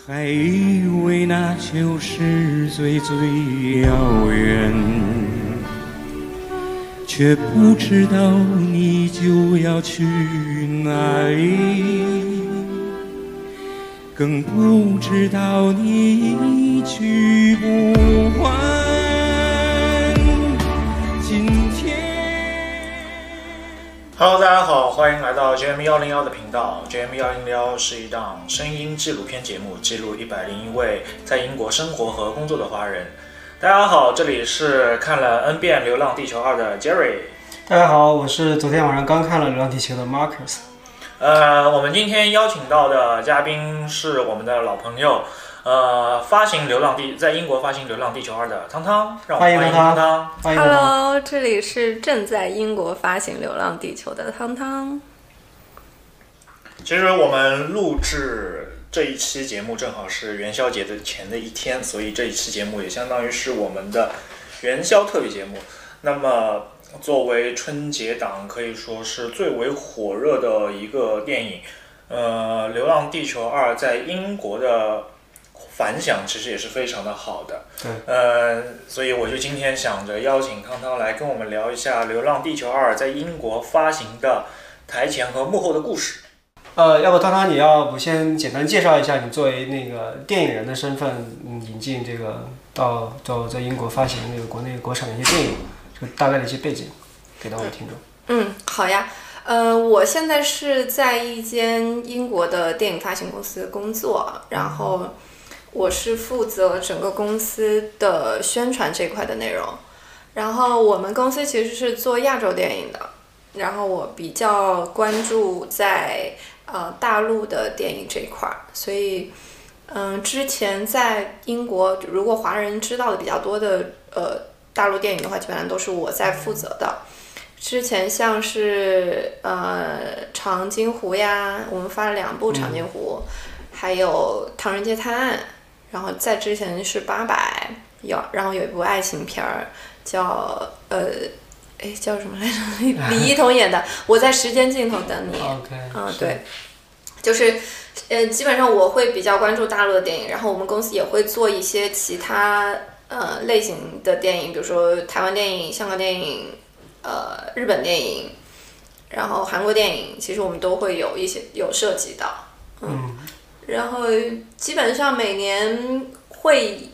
还以为那就是最最遥远，却不知道你就要去哪里，更不知道你去不还。今天 Hello， 大家好，欢迎来到 JM101 的频道。JM101 是一档声音纪录片节目，记录101位在英国生活和工作的华人。大家好，这里是看了 N 遍《流浪地球2》的 Jerry。 大家好，我是昨天晚上刚看了《流浪地球》的 Marcus。 我们今天邀请到的嘉宾是我们的老朋友，在英国发行《流浪地球2》的汤汤，让我们欢迎汤汤。 Hello， 这里是正在英国发行《流浪地球》的汤汤。 其实我们录制这一期节目正好是元宵节的前的一天，所以这一期节目也相当于是我们的元宵特别节目。那么作为春节档可以说是最为火热的一个电影，《流浪地球2》在英国的反响其实也是非常的好的。 对。 所以我就今天想着邀请汤汤来跟我们聊一下《流浪地球2》在英国发行的台前和幕后的故事。 要不汤汤，你要不先简单介绍一下你作为那个电影人的身份，引进这个到在英国发行那个国内国产的一些电影，就大概的一些背景，给到我们听众。 好呀。我现在是在一间英国的电影发行公司工作，然后我是负责整个公司的宣传这一块的内容。然后我们公司其实是做亚洲电影的，然后我比较关注在大陆的电影这一块，所以之前在英国，如果华人知道的比较多的大陆电影的话，基本上都是我在负责的。之前像是长津湖呀，我们发了2部长津湖，还有唐人街探案，然后在之前是800，然后有一部爱情片儿叫叫什么来着？李一桐演的《我在时间尽头等你》。对，就是基本上我会比较关注大陆的电影，然后我们公司也会做一些其他类型的电影，比如说台湾电影、香港电影、日本电影，然后韩国电影，其实我们都会有涉及到。然后基本上每年会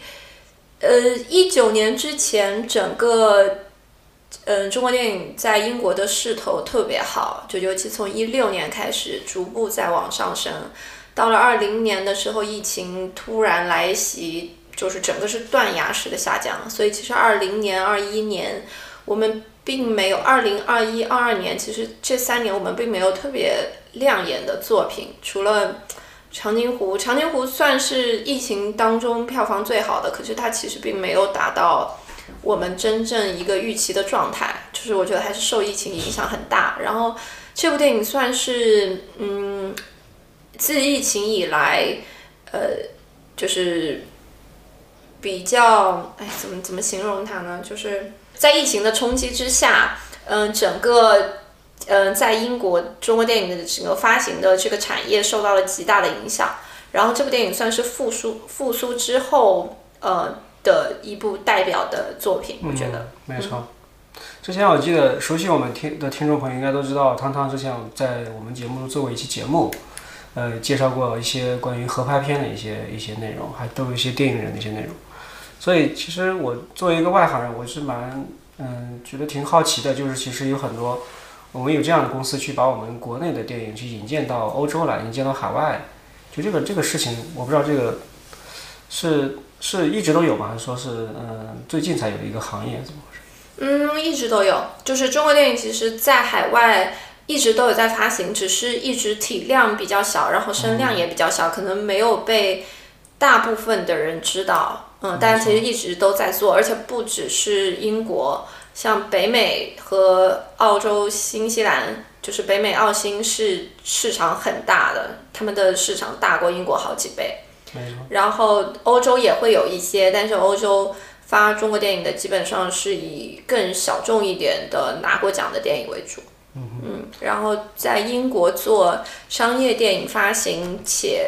19年之前整个中国电影在英国的势头特别好，就尤其从16年开始逐步在往上升，到了20年的时候疫情突然来袭，就是整个是断崖式的下降，所以其实20年21年我们并没有20、21、22年，其实这3年我们并没有特别亮眼的作品，除了长津湖算是疫情当中票房最好的，可是它其实并没有达到我们真正一个预期的状态，就是我觉得还是受疫情影响很大。然后这部电影算是自疫情以来就是比较怎么形容它呢，就是在疫情的冲击之下，整个在英国中国电影的整个发行的这个产业受到了极大的影响，然后这部电影算是复苏之后的一部代表的作品，我觉得。 没错。之前我记得熟悉我们的听众朋友应该都知道，汤汤之前在我们节目中做过一期节目，介绍过一些关于合拍片的一些内容，还都有一些电影人的一些内容。所以其实我作为一个外行人，我是蛮觉得挺好奇的，就是其实有很多我们有这样的公司去把我们国内的电影去引荐到欧洲来，引荐到海外，就这个事情，我不知道这个是一直都有吗？还是说是最近才有的一个行业？怎么回事？ 一直都有，就是中国电影其实在海外一直都有在发行，只是一直体量比较小，然后声量也比较小，可能没有被大部分的人知道。但其实一直都在做，而且不只是英国，像北美和澳洲、新西兰，就是北美澳新是市场很大的，他们的市场大过英国好几倍。然后欧洲也会有一些，但是欧洲发中国电影的基本上是以更小众一点的拿过奖的电影为主。然后在英国做商业电影发行且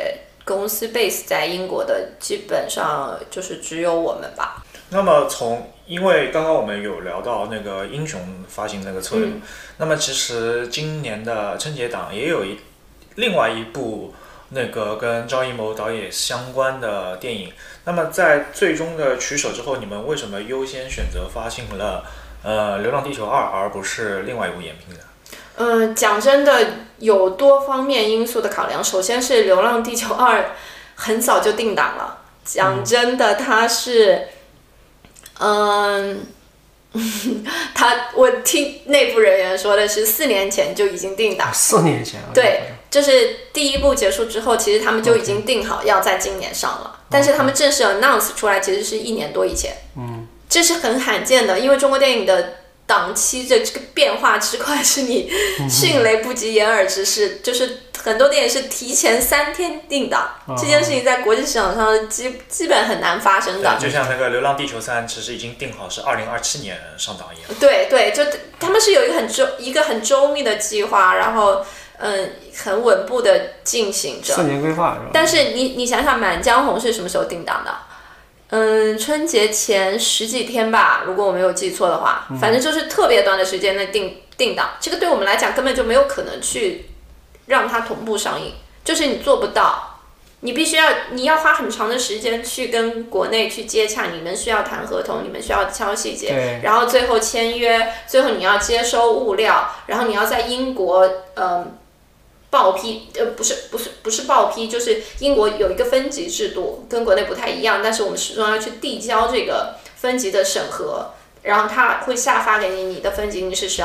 公司 base 在英国的，基本上就是只有我们吧。 那么因为刚刚我们有聊到那个英雄发行那个策略，那么其实今年的春节档也有另外一部那个跟张艺谋导演相关的电影。那么在最终的取舍之后，你们为什么优先选择发行了流浪地球2，而不是另外一部延批呢？ 讲真的，有多方面因素的考量。首先是《流浪地球2》很早就定档了，讲真的，它是，我听内部人员说的是4年前就已经定档。 4年前。 对，就是第一部结束之后，其实他们就已经定好要在今年上了，但是他们正式 announce 出来其实是1年多以前。这是很罕见的，因为中国电影的档期这个变化之快是你迅雷不及掩耳之势，就是很多电影是提前3天定档，这件事情在国际市场上基本很难发生的。 就像那个《流浪地球3》，其实已经定好是2027年上档一样。 对对，就他们是有一个很周密的计划，然后很稳步的进行着。 4年规划是吧？ 但是你想想，《满江红》是什么时候定档的？春节前10几天吧，如果我没有记错的话，反正就是特别短的时间内定档。这个对我们来讲根本就没有可能去让它同步上映，就是你做不到，你要花很长的时间去跟国内去接洽，你们需要谈合同，你们需要敲细节，然后最后签约，最后你要接收物料，然后你要在英国报批，不是报批，就是英国有一个分级制度，跟国内不太一样，但是我们始终要去递交这个分级的审核，然后他会下发给你的分级，你是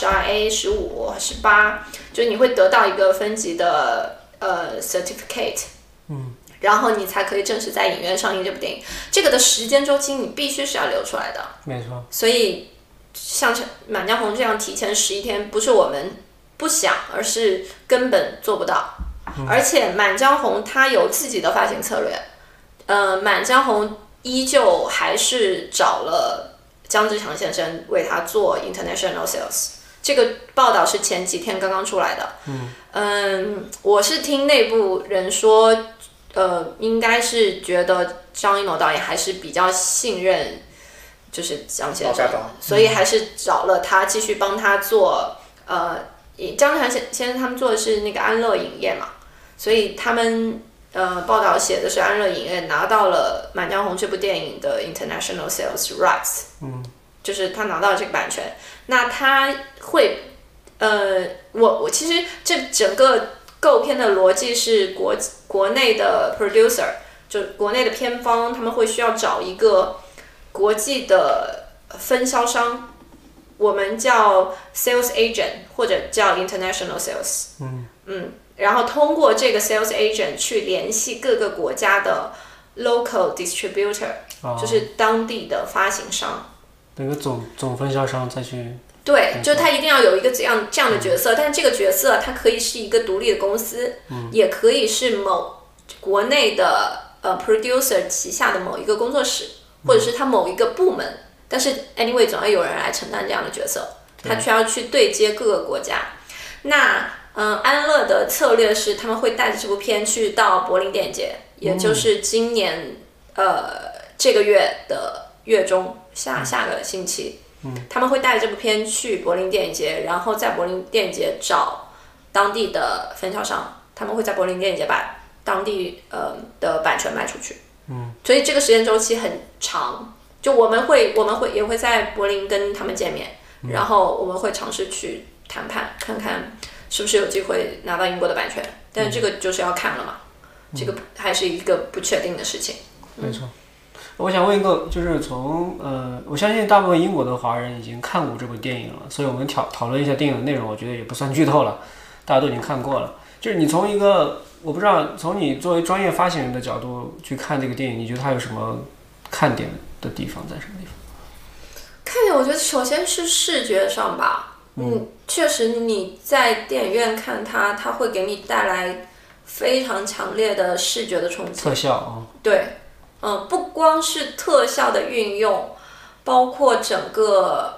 12、12A、15、18，就是你会得到一个分级的certificate，然后你才可以正式在影院上映这部电影。这个的时间周期你必须是要留出来的， 没错。 所以像《满江红》这样提前11天，不是我们不想，而是根本做不到。而且《满江红》它有自己的发行策略，《满江红》依旧还是找了姜志强先生为他做 international sales。这个报道是前几天刚刚出来的。我是听内部人说，应该是觉得张艺谋导演还是比较信任，就是姜先生，所以还是找了他继续帮他做。张志强先生他们做的是那个安乐影业嘛，所以他们报道写的是安乐影业拿到了《满江红》这部电影的 international sales rights，就是他拿到了这个版权。那他会，我其实这整个构片的逻辑是国内的 producer， 就国内的片方，他们会需要找一个国际的分销商。我们叫 sales agent 或者叫 international sales， 然后通过这个 sales agent 去联系各个国家的 local distributor，就是当地的发行商， 那个总分销商再去。 对，就他一定要有一个这样的角色，但是这个角色它可以是一个独立的公司，也可以是某国内的producer 旗下的某一个工作室，或者是他某一个部门。但是 anyway 总要有人来承担这样的角色，他需要去对接各个国家。那安乐的策略是他们会带着这部片去到柏林电影节，也就是今年这个月的月中下个星期，他们会带着这部片去柏林电影节，然后在柏林电影节找当地的分销商，他们会在柏林电影节把当地的版权卖出去。所以这个时间周期很长。就我们也会在柏林跟他们见面，然后我们会尝试去谈判，看看是不是有机会拿到英国的版权，但是这个就是要看了嘛，这个还是一个不确定的事情。 没错。我想问一个，就是我相信大部分英国的华人已经看过这部电影了，所以我们讨论一下电影的内容，我觉得也不算剧透了，大家都已经看过了。就是你从一个我不知道，从你作为专业发行人的角度去看这个电影，你觉得它有什么看点的地方在什么地方？ 看点我觉得首先是视觉上吧，确实你在电影院看它会给你带来非常强烈的视觉的冲击。 特效对，不光是特效的运用，包括整个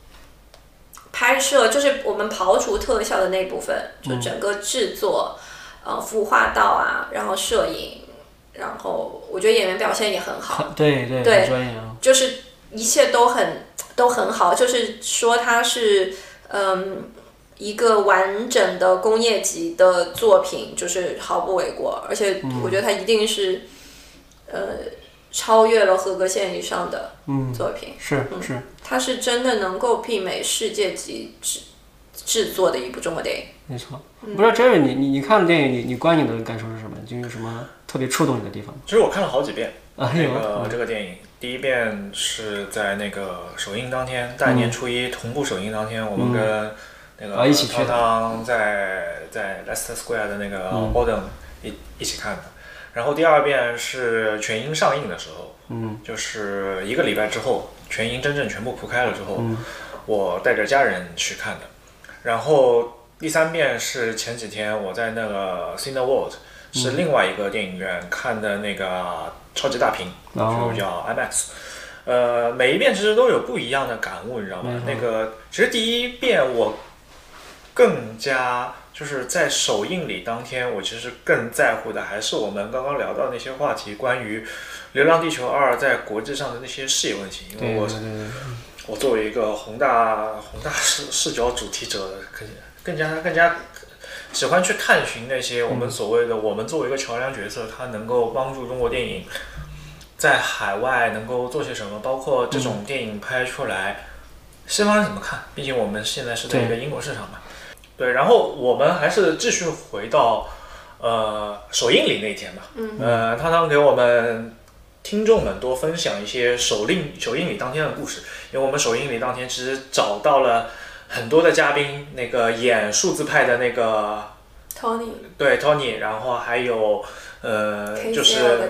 拍摄，就是我们刨除特效的那部分，就整个制作， 服化道啊，然后摄影，然后我觉得演员表现也很好， 对， 对很专业啊。 就是一切都很好，就是说它是一个完整的工业级的作品，就是毫不为过，而且我觉得它一定是超越了合格线以上的作品， 是， 它是真的能够媲美世界级制作的一部中国电影。 没错，不知道 Jerry 你看了电影，你观影的感受是什么？就有什么特别触动你的地方？ 其实我看了好几遍这个电影。第一遍是在那个首映当天，大年初一同步首映当天，我们跟那个一起去汤在 Leicester Square 的那个 Odeon 一起看的。然后第二遍是全英上映的时候，就是1个礼拜之后，全英真正全部铺开了之后，我带着家人去看的。然后第3遍是前几天我在那个 Cineworld 是另外一个电影院看的那个超级大屏，就叫 IMAX。每一遍其实都有不一样的感悟，你知道吗？那个其实第一遍我更加就是在首映礼当天，我其实更在乎的还是我们刚刚聊到那些话题，关于《流浪地球2》在国际上的那些视野问题。因为我作为一个宏大视角主题者，更加喜欢去探寻那些我们所谓的我们作为一个桥梁角色，它能够帮助中国电影在海外能够做些什么，包括这种电影拍出来，西方人怎么看？毕竟我们现在是在一个英国市场嘛。对，然后我们还是继续回到首映礼那一天吧。汤汤给我们听众们多分享一些首映礼当天的故事，因为我们首映礼当天其实找到了很多的嘉宾，那个演数字派的那个 Tony， 对 Tony， 然后还有就是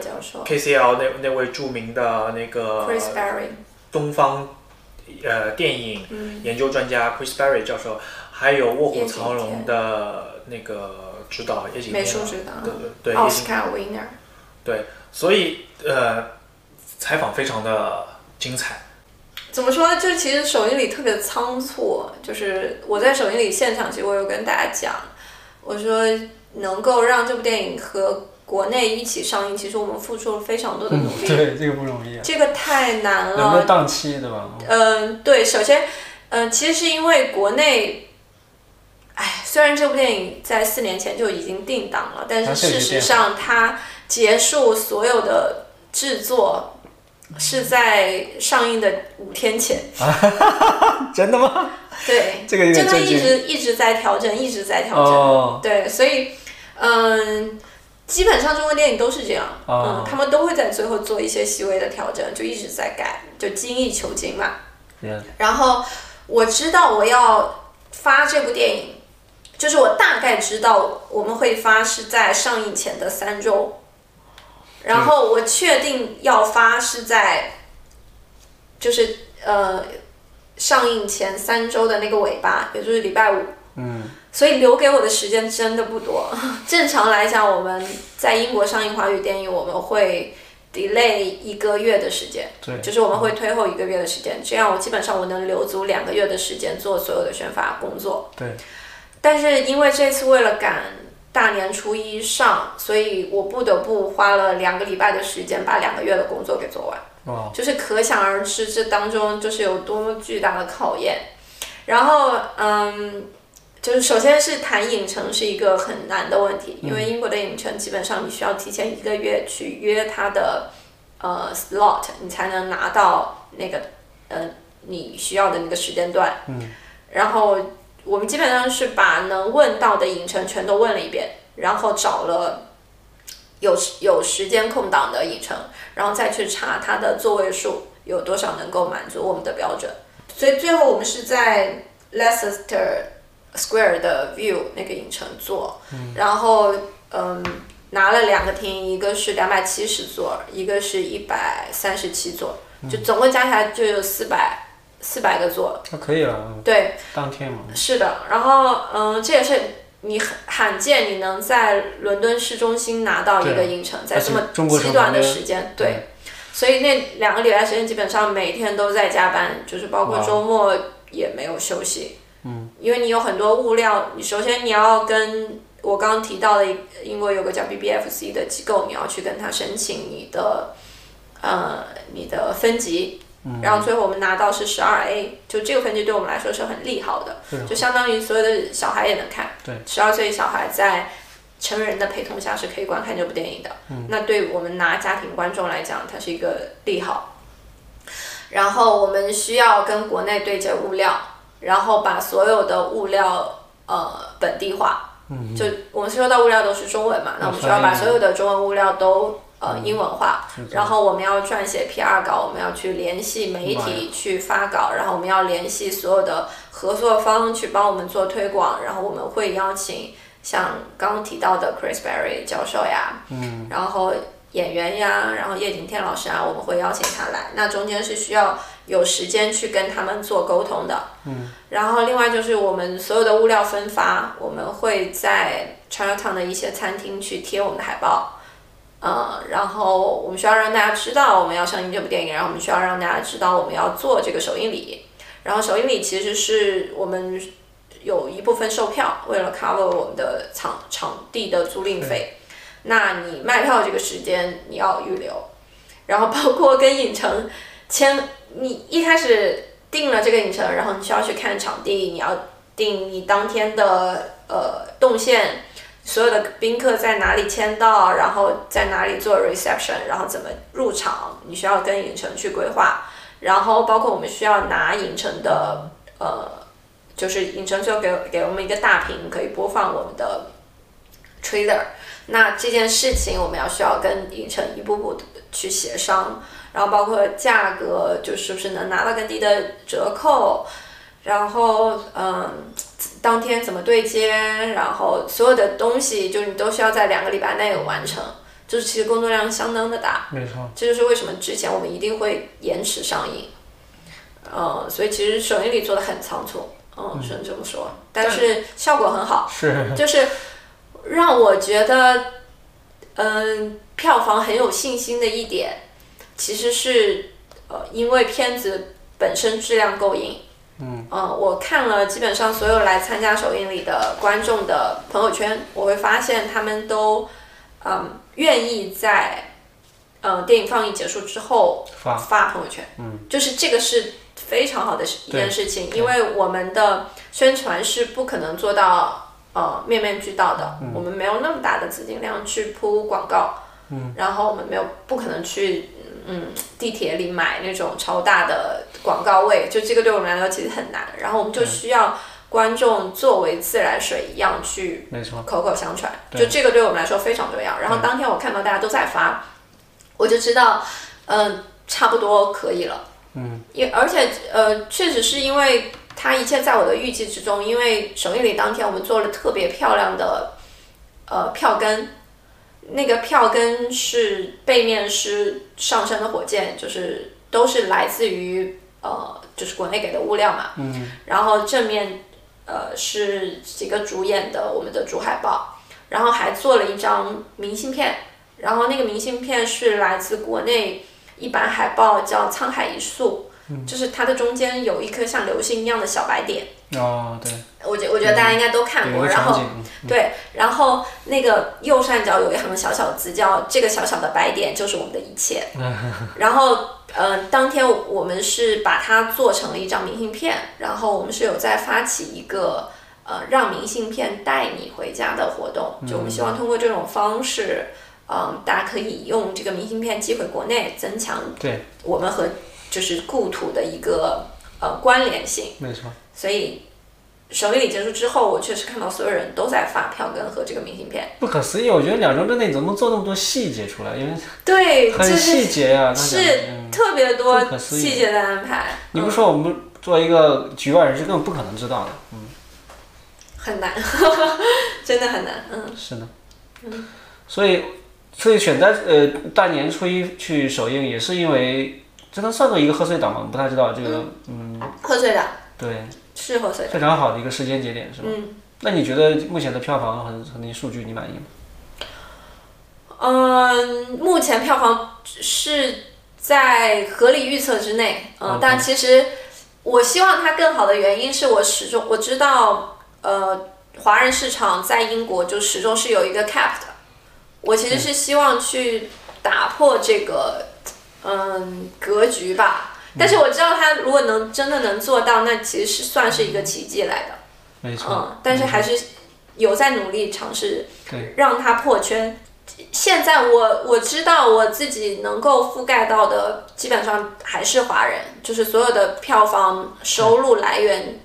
KCL 那位著名的那个 Chris Berry， 东方电影研究专家 Chris Berry 教授，还有卧虎藏龙的那个指导叶景天， 美术指导， 对， 奥斯卡 winner， 对，所以采访非常的精彩。 怎么说呢？就是其实首映礼特别仓促，就是我在首映礼现场，其实我有跟大家讲，我说能够让这部电影和国内一起上映，其实我们付出了非常多的努力。 对，这个不容易啊。 这个太难了。 有没有档期，对吧？ 对，首先，其实是因为国内，虽然这部电影在4年前就已经定档了，但是事实上它结束所有的制作是在上映的5天前。 真的吗？ 对， 这个有点震惊。 一直在调整，一直在调整。对，所以基本上中国电影都是这样。他们都会在最后做一些细微的调整，就一直在改，就精益求精嘛。然后我知道我要发这部电影，就是我大概知道我们会发是在上映前的3周，然后我确定要发是在就是上映前3周的那个尾巴，也就是礼拜5。所以留给我的时间真的不多。正常来讲，我们在英国上映华语电影，我们会 delay 1个月的时间，就是我们会推后1个月的时间，这样基本上我能留足2个月的时间做所有的宣发工作。 对。 但是因为这次为了赶大年初一上，所以我不得不花了2个礼拜的时间把2个月的工作给做完。就是可想而知这当中就是有多么巨大的考验。然后就是首先是谈影城是一个很难的问题，因为英国的影城基本上你需要提前1个月去约它的slot， 你才能拿到那个你需要的那个时间段。然后我们基本上是把能问到的影城全都问了一遍，然后找了有时间空档的影城，然后再去查它的座位数有多少能够满足我们的标准。所以最后我们是在 Leicester Square 的 View 那个影城做，然后拿了2个厅，一个是270座，一个是137座，就总共加起来就有400个座。 那可以了。 对， 当天嘛。 是的，然后这也是你罕见你能在伦敦市中心拿到一个影城，在这么极短的时间。对，所以那2个礼拜时间基本上每天都在加班，就是包括周末也没有休息。因为你有很多物料，你首先你要跟我刚刚提到的英国有个叫 BBFC 的机构，你要去跟他申请你的分级。然后最后我们拿到是12A，就这个分级对我们来说是很利好的，就相当于所有的小孩也能看。 对 ，12岁小孩在成人的陪同下是可以观看这部电影的。那对我们拿家庭观众来讲，它是一个利好。然后我们需要跟国内对接物料，然后把所有的物料本地化。就我们收到物料都是中文嘛，那我们需要把所有的中文物料都英文化，然后我们要撰写 PR 稿，我们要去联系媒体去发稿，然后我们要联系所有的合作方去帮我们做推广，然后我们会邀请像刚刚提到的 Chris Berry 教授呀，然后演员呀，然后叶景天老师啊，我们会邀请他来，那中间是需要有时间去跟他们做沟通的。然后另外就是我们所有的物料分发，我们会在 Chinatown 的一些餐厅去贴我们的海报。然后我们需要让大家知道我们要上映这部电影，然后我们需要让大家知道我们要做这个首映礼，然后首映礼其实是我们有一部分售票，为了 cover 我们的场地的租赁费。那你卖票这个时间你要预留，然后包括跟影城你一开始定了这个影城，然后你需要去看场地，你要定你当天的动线。所有的宾客在哪里签到，然后在哪里做 reception， 然后怎么入场，你需要跟影城去规划。然后包括我们需要拿影城的就是影城最后给我们一个大屏可以播放我们的 trailer。那这件事情我们需要跟影城一步步去协商，然后包括价格就是不是能拿到更低的折扣，然后当天怎么对接，然后所有的东西就你都需要在2个礼拜内完成，就是其实工作量相当的大。 没错， 这就是为什么之前我们一定会延迟上映。所以其实首映礼做的很仓促，只能这么说，但是效果很好，就是让我觉得票房很有信心的一点，其实是因为片子本身质量够硬。我看了基本上所有来参加首映礼的观众的朋友圈，我会发现他们都愿意在电影放映结束之后发朋友圈。就是这个是非常好的一件事情，因为我们的宣传是不可能做到面面俱到的，我们没有那么大的资金量去铺广告，然后我们不可能去地铁里买那种超大的广告位，就这个对我们来说其实很难。然后我们就需要观众作为自来水一样去口口相传，就这个对我们来说非常重要。然后当天我看到大家都在发，我就知道差不多可以了。而且确实是因为它一切在我的预计之中，因为首映礼当天我们做了特别漂亮的票根。那个票根是背面是上升的火箭，就是都是来自于就是国内给的物料嘛。然后正面是几个主演的我们的主海报，然后还做了一张明信片，然后那个明信片是来自国内一版海报叫沧海一粟，就是它的中间有一颗像流星一样的小白点。 对， 我觉得大家应该都看过，然后对，然后那个右上角有一行小小字叫这个小小的白点就是我们的一切。然后当天我们是把它做成了一张明信片，然后我们是有在发起一个让明信片带你回家的活动，就我们希望通过这种方式大家可以用这个明信片寄回国内，增强我们和就是故土的一个关联性。 没错。 所以首映礼结束之后，我确实看到所有人都在发票根和这个明信片。 不可思议，我觉得2周之内怎么做那么多细节出来？因为对， 很细节啊， 是特别多细节的安排。 你不说我们作为一个局外人是根本不可能知道的。 很难，真的很难。 是的。所以选在大年初一去首映，也是因为这能算作一个贺岁档吗？不太知道这个。 贺岁档。对。是贺岁档。 非常好的一个时间节点，是吧？那你觉得目前的票房和那些数据你满意吗？目前票房是在合理预测之内。但其实我希望它更好的原因是我知道华人市场在英国就始终是有一个 cap 的。我其实是希望去打破这个格局吧。但是我知道他如果真的能做到，那其实是算是一个奇迹来的。 没错。 但是还是有在努力尝试让它破圈。现在我知道我自己能够覆盖到的基本上还是华人，就是所有的票房收入来源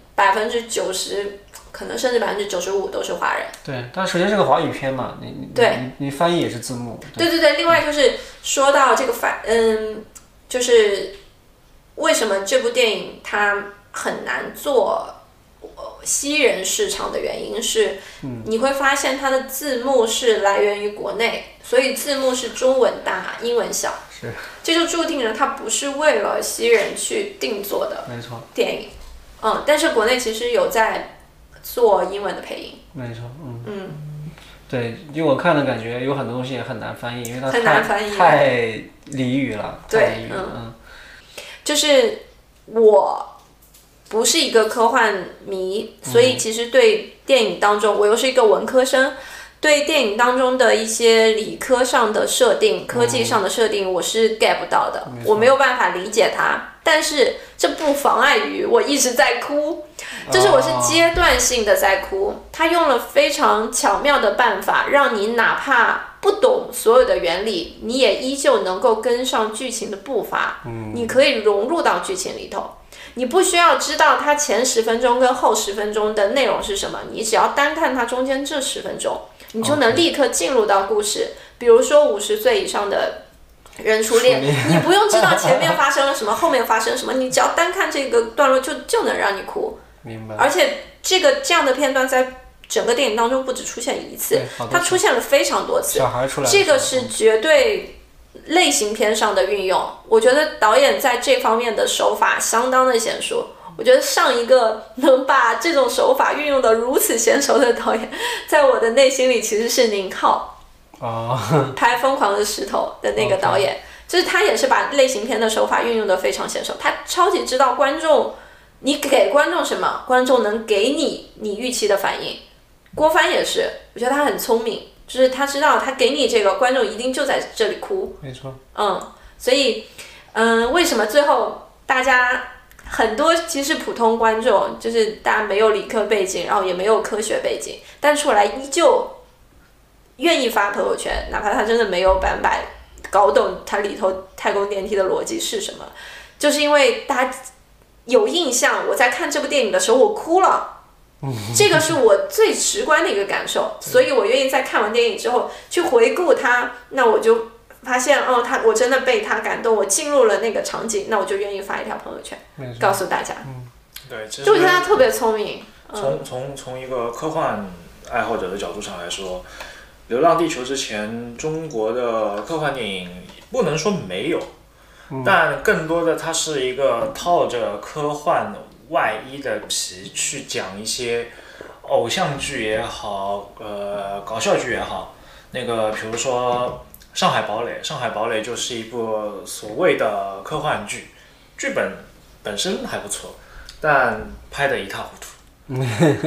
90%，可能甚至95%都是华人。 对，但首先是个华语片嘛，你翻译也是字幕。 对，另外就是说到这个就是为什么这部电影它很难做西人市场的原因是，你会发现它的字幕是来源于国内，所以字幕是中文大英文小，这就注定了它不是为了西人去定做的电影。但是国内其实有在做英文的配音。 没错。对，因为我看的感觉有很多东西也很难翻译，因为它太俚语了。 对，就是我不是一个科幻迷，所以其实对电影当中，我又是一个文科生，对电影当中的一些理科上的设定、科技上的设定，我是 get 不到的，我没有办法理解它。但是这不妨碍于我一直在哭，就是我是阶段性的在哭。他用了非常巧妙的办法，让你哪怕不懂所有的原理，你也依旧能够跟上剧情的步伐，你可以融入到剧情里头。你不需要知道它前10分钟跟后10分钟的内容是什么，你只要单看它中间这10分钟，你就能立刻进入到故事。比如说50岁以上的人初恋，你不用知道前面发生了什么，后面发生什么，你只要单看这个段落就能让你哭。 明白。 而且这样的片段在整个电影当中不只出现一次，它出现了非常多次。 小孩出来， 这个是绝对类型片上的运用，我觉得导演在这方面的手法相当的娴熟。我觉得上一个能把这种手法运用的如此娴熟的导演，在我的内心里其实是宁浩，拍《疯狂的石头》的那个导演，就是他也是把类型片的手法运用的非常娴熟，他超级知道观众，你给观众什么，观众能给你预期的反应。郭帆也是，我觉得他很聪明。就是他知道他给你这个观众一定就在这里哭， 没错。 所以为什么最后大家很多其实普通观众，就是大家没有理科背景，然后也没有科学背景，但出来依旧愿意发朋友圈，哪怕他真的没有100%搞懂它里头太空电梯的逻辑是什么，就是因为大家有印象，我在看这部电影的时候我哭了。这个是我最直观的一个感受，所以我愿意在看完电影之后去回顾它，那我就发现我真的被它感动，我进入了那个场景，那我就愿意发一条朋友圈告诉大家。 对，其实就我觉得他特别聪明。 从一个科幻爱好者的角度上来说，《流浪地球》之前中国的科幻电影不能说没有，但更多的它是一个套着科幻外衣的皮去讲一些偶像剧也好，搞笑剧也好。那个比如说《上海堡垒》，《上海堡垒》就是一部所谓的科幻剧，剧本身还不错，但拍得一塌糊涂。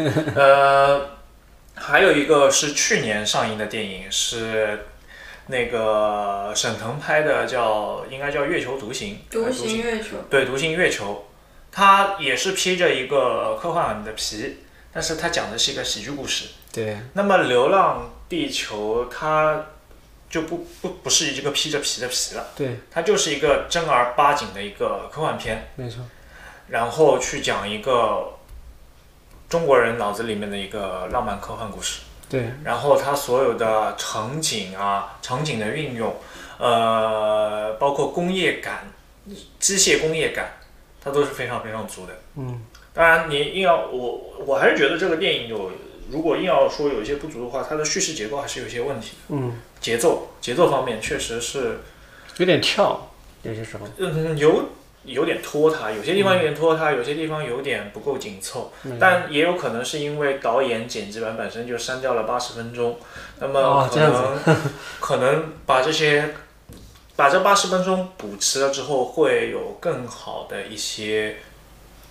还有一个是去年上映的电影，是那个沈腾拍的，应该叫《月球独行》。 独行月球。对， 独行月球。它也是披着一个科幻的皮，但是它讲的是一个喜剧故事。 对。 那么《流浪地球》它就不是一个披着皮的皮了。 对。 它就是一个正儿八经的一个科幻片。 没错。 然后去讲一个中国人脑子里面的一个浪漫科幻故事。 对。 然后它所有的场景的运用，包括工业感、机械工业感。它都是非常非常足的。当然你硬要我还是觉得这个电影如果硬要说有一些不足的话，它的叙事结构还是有些问题。节奏方面确实是有点跳，有些时候。 有点拖沓，有些地方有点拖沓，有些地方有点不够紧凑。但也有可能是因为导演剪辑版本身就删掉了80分钟，那么可能把这80分钟补齐了之后，会有更好的一些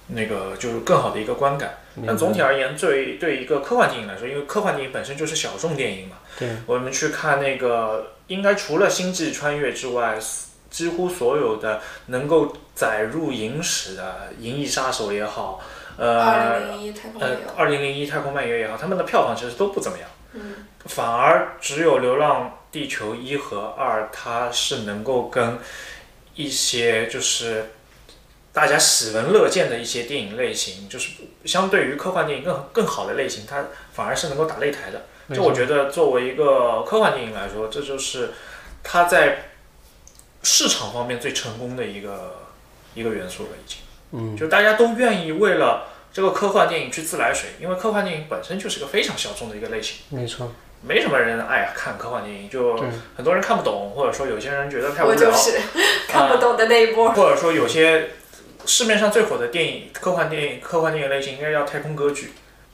那个就是更好的一个观感。但总体而言，对一个科幻电影来说，因为科幻电影本身就是小众电影嘛， 对， 我们去看那个，应该除了《星际穿越》之外，几乎所有的能够载入影史的《银翼杀手》也好， 2001太空漫游 2001太空漫游也好，他们的票房其实都不怎么样。反而只有《流浪地球》1和2，它是能够跟一些就是大家喜闻乐见的一些电影类型，就是相对于科幻电影更好的类型，它反而是能够打擂台的。就我觉得作为一个科幻电影来说，这就是它在市场方面最成功的一个元素了，已经。就大家都愿意为了这个科幻电影去自来水，因为科幻电影本身就是个非常小众的一个类型。 没错。 没什么人爱看科幻电影，就很多人看不懂，或者说有些人觉得太无聊。 我就是看不懂的那一波。 或者说有些市面上最火的电影，科幻电影类型应该叫太空歌剧，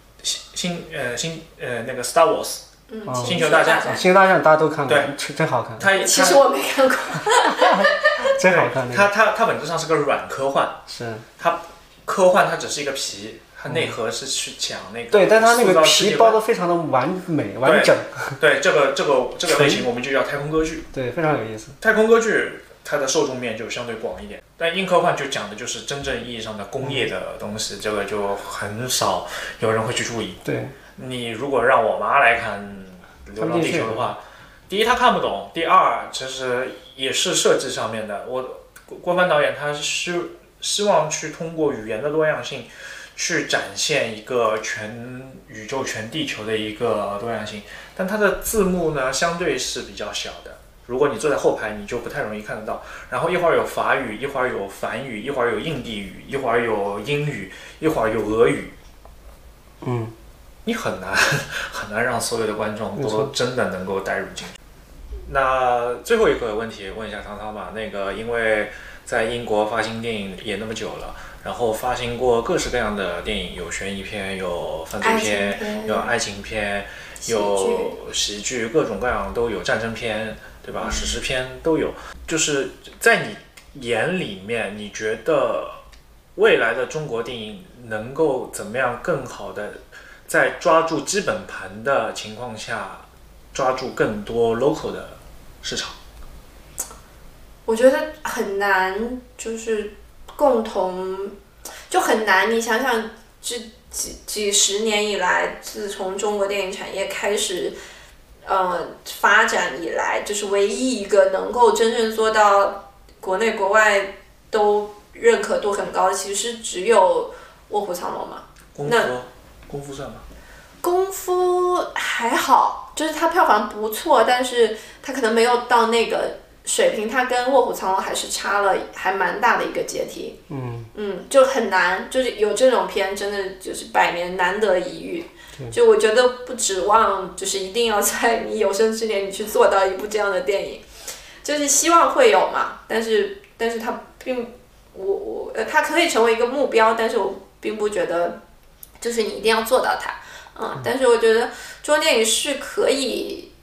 那个 Star Wars，星球大战， 星球大战大家都看过，真好看。 其实我没看过。 真好看。 它本质上是个软科幻， 是它科幻它只是一个皮。它内核是去讲那个， 对，但它那个皮包得非常的完美完整。 对，这个类型我们就叫太空歌剧。 对，非常有意思。 太空歌剧它的受众面就相对广一点，但硬科幻就讲的就是真正意义上的工业的东西，这个就很少有人会去注意。 对， 你如果让我妈来看《流浪地球》的话，第一她看不懂，第二其实也是设计上面的。郭帆导演他是希望去通过语言的多样性。去展现一个全宇宙、全地球的一个多样性，但它的字幕呢，相对是比较小的。如果你坐在后排，你就不太容易看得到。然后一会儿有法语，一会儿有梵语，一会儿有印地语，一会儿有英语，一会儿有俄语。你很难让所有的观众都真的能够带入进去。那最后一个问题问一下汤汤吧，那个因为在英国发行电影也那么久了。然后发行过各式各样的电影，有悬疑片，有犯罪片，有爱情片，有喜剧，各种各样都有，战争片，对吧？史诗片都有。就是在你眼里面，你觉得未来的中国电影能够怎么样更好的在抓住基本盘的情况下，抓住更多 local 的市场？ 我觉得很难，就是共同就很难。你想想，这几十年以来，自从中国电影产业开始发展以来，就是唯一一个能够真正做到国内国外都认可度很高的，其实只有《卧虎藏龙》嘛。 功夫算吗？ 功夫还好，就是它票房不错，但是它可能没有到那个水平，它跟《卧虎藏龙》还是差了还蛮大的一个阶梯。就很难，就是有这种片真的就是百年难得一遇。就我觉得不指望就是一定要在你有生之年你去做到一部这样的电影，就是希望会有嘛，但是它并它可以成为一个目标，但是我并不觉得就是你一定要做到它。但是我觉得中国电影是可以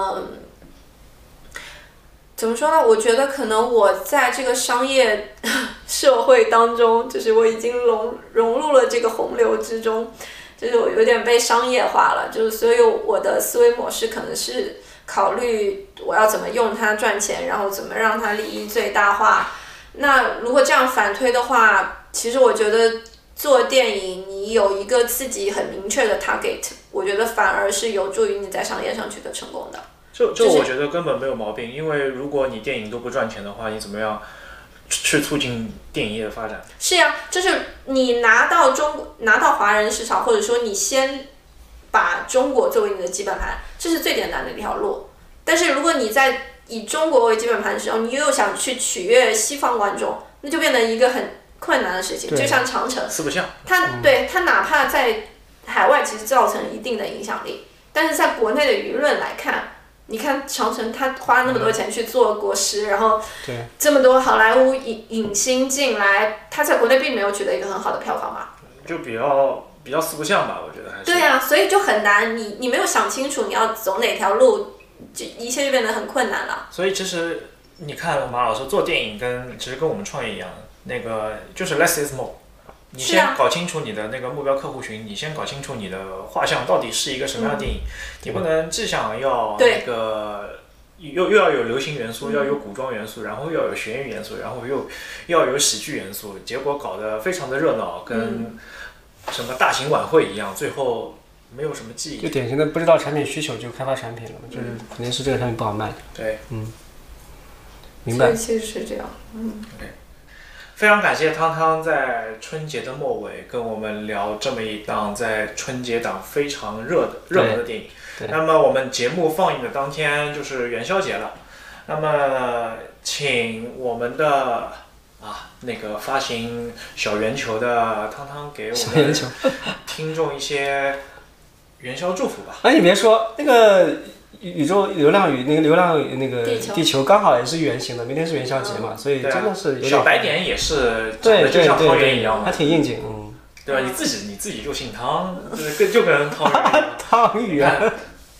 怎么说呢？我觉得可能我在这个商业社会当中，就是我已经融入了这个洪流之中，就是我有点被商业化了，就是所以我的思维模式可能是考虑我要怎么用它赚钱，然后怎么让它利益最大化。那如果这样反推的话，其实我觉得做电影你有一个自己很明确的 target， 我觉得反而是有助于你在商业上取得成功的。 就我觉得根本没有毛病，因为如果你电影都不赚钱的话，你怎么样去促进电影业的发展？ 是呀，就是你拿到华人市场，或者说你先把中国作为你的基本盘，这是最简单的一条路。但是如果你在以中国为基本盘的时候，你又想去取悦西方观众，那就变成一个很困难的事情。就像长城， 四不像， 它哪怕在海外其实造成一定的影响力，但是在国内的舆论来看。你看长城，他花了那么多钱去做国师，然后这么多好莱坞影星进来，他在国内并没有取得一个很好的票房嘛， 就比较四不像吧，我觉得还是。 对啊，所以就很难，你没有想清楚你要走哪条路，就一切就变得很困难了。 所以其实你看马老师做电影其实跟我们创业一样，那个就是 less is more， 你先搞清楚你的那个目标客户群，你先搞清楚你的画像到底是一个什么样的电影，你不能既想要那个又要有流行元素，要有古装元素，然后又要有悬疑元素，然后又要有喜剧元素，结果搞得非常的热闹，跟什么大型晚会一样，最后没有什么记忆。 就典型的不知道产品需求就开发产品了，就是肯定是这个产品不好卖的。 对， 明白。 其实是这样， 对。非常感谢汤汤在春节的末尾跟我们聊这么一档在春节档非常热门的电影。那么我们节目放映的当天就是元宵节了，那么请我们的那个发行小圆球的汤汤给我们听众一些元宵祝福吧。 哎，你别说那个宇宙流浪与那个地球刚好也是圆形的，明天是元宵节嘛，所以真的是有点小白点也是长得就像汤圆一样嘛， 还挺应景， 对吧？你自己就姓汤，就跟汤圆一样。 汤圆。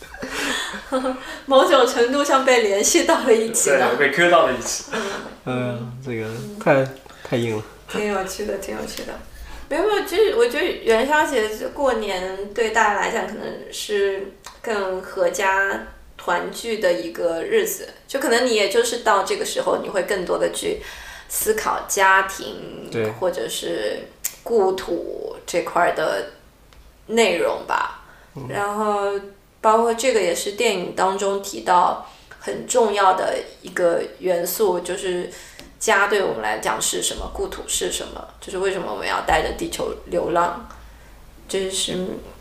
某种程度上被联系到了一起了， 对，被 Q 到了一起。 这个太硬了。 挺有趣的。没有，就是我觉得元宵节过年对大家来讲可能是更合家团聚的一个日子，就可能你也就是到这个时候，你会更多的去思考家庭或者是故土这块的内容吧，然后包括这个也是电影当中提到很重要的一个元素，就是家对我们来讲是什么，故土是什么，就是为什么我们要带着地球流浪，就是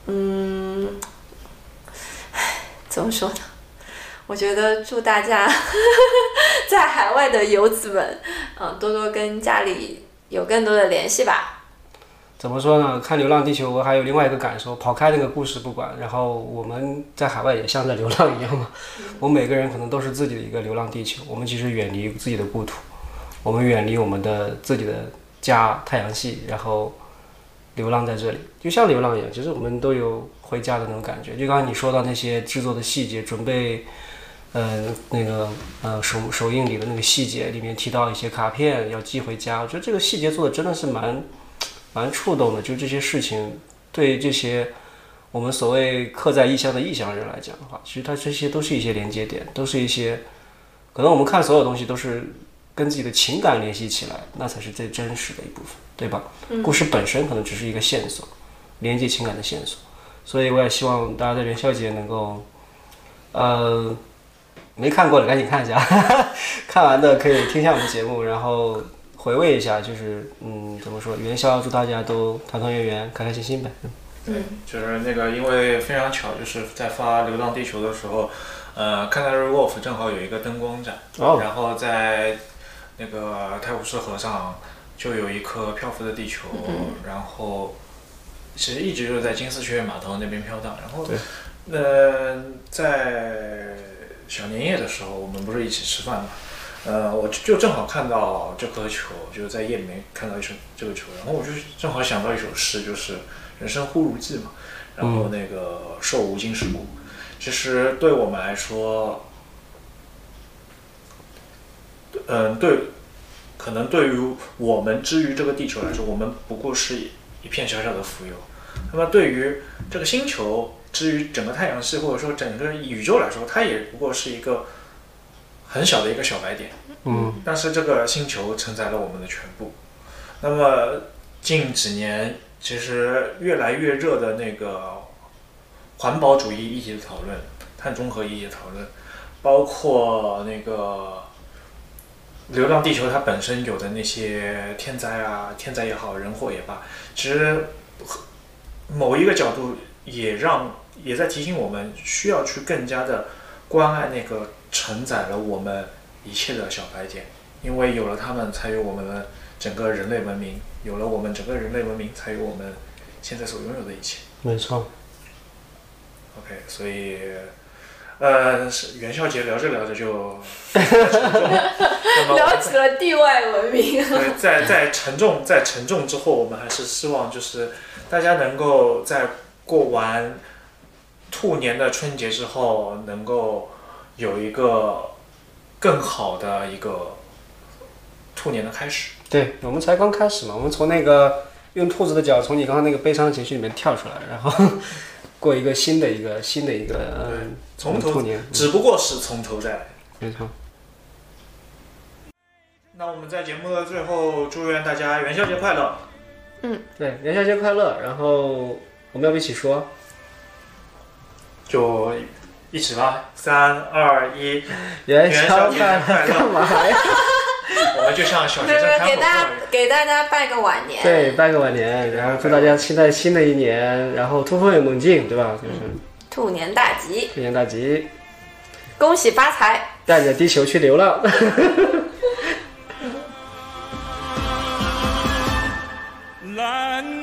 怎么说呢？我觉得祝大家在海外的游子们，多多跟家里有更多的联系吧。 怎么说呢？看《流浪地球》，我还有另外一个感受，跑开那个故事不管，然后我们在海外也像在流浪一样嘛。我们每个人可能都是自己的一个流浪地球，我们其实远离自己的故土，我们远离我们的自己的家太阳系，然后流浪在这里，就像流浪一样。其实我们都有回家的那种感觉。就刚才你说到那些制作的细节，准备首映礼的那个细节里面提到一些卡片要寄回家，我觉得这个细节做的真的是蛮触动的。就这些事情对这些我们所谓刻在异乡的异乡人来讲的话，其实它这些都是一些连接点，都是一些可能我们看所有东西都是跟自己的情感联系起来，那才是最真实的一部分，对吧？故事本身可能只是一个线索，连接情感的线索。所以我也希望大家在元宵节能够没看过的赶紧看一下看完的可以听一下我们节目，然后回味一下，就是怎么说，元宵祝大家都团团圆圆开开心心呗。 就是那个因为非常巧，就是在发《流浪地球》的时候Canary Wharf 正好有一个灯光展，然后在那个泰晤士河上就有一颗漂浮的地球，然后其实一直就是在金丝雀跃码头那边飘荡，然后在小年夜的时候我们不是一起吃饭嘛，我就正好看到这颗球，就是在夜里面看到这个球，然后我就正好想到一首诗，就是人生忽如寄嘛，然后那个寿无惊时故。其实对我们来说，可能对于我们之于这个地球来说，我们不过是一片小小的浮游。那么对于这个星球，至于整个太阳系或者说整个宇宙来说，它也不过是一个很小的一个小白点。但是这个星球承载了我们的全部。那么近几年，其实越来越热的那个环保主义议题的讨论、碳中和议题的讨论，包括那个《流浪地球》它本身有的那些天灾也好，人祸也罢，其实某一个角度也在提醒我们，需要去更加的关爱那个承载了我们一切的小白点，因为有了它们，才有我们的整个人类文明，有了我们整个人类文明，才有我们现在所拥有的一切。 没错。 OK， 所以元宵节聊着聊着就沉重聊起了地外文明。 对，在沉重之后，我们还是希望就是大家能够在过完兔年的春节之后，能够有一个更好的一个兔年的开始。 对，我们才刚开始嘛，我们从那个用兔子的脚从你刚刚那个悲伤的情绪里面跳出来，然后过一个新的一个从头兔年， 只不过是从头再来。 没错。 那我们在节目的最后祝愿大家元宵节快乐。 对，元宵节快乐。然后我们要不一起说？ 就一起吧，3、2、1， 元宵节快乐！干嘛呀？ 我们就像小学生开会给大家拜个晚年。 对，拜个晚年，然后祝大家期待新的一年，然后突飞猛进，对吧？就是兔年大吉， 兔年大吉， 恭喜发财， 带着地球去流浪。 蓝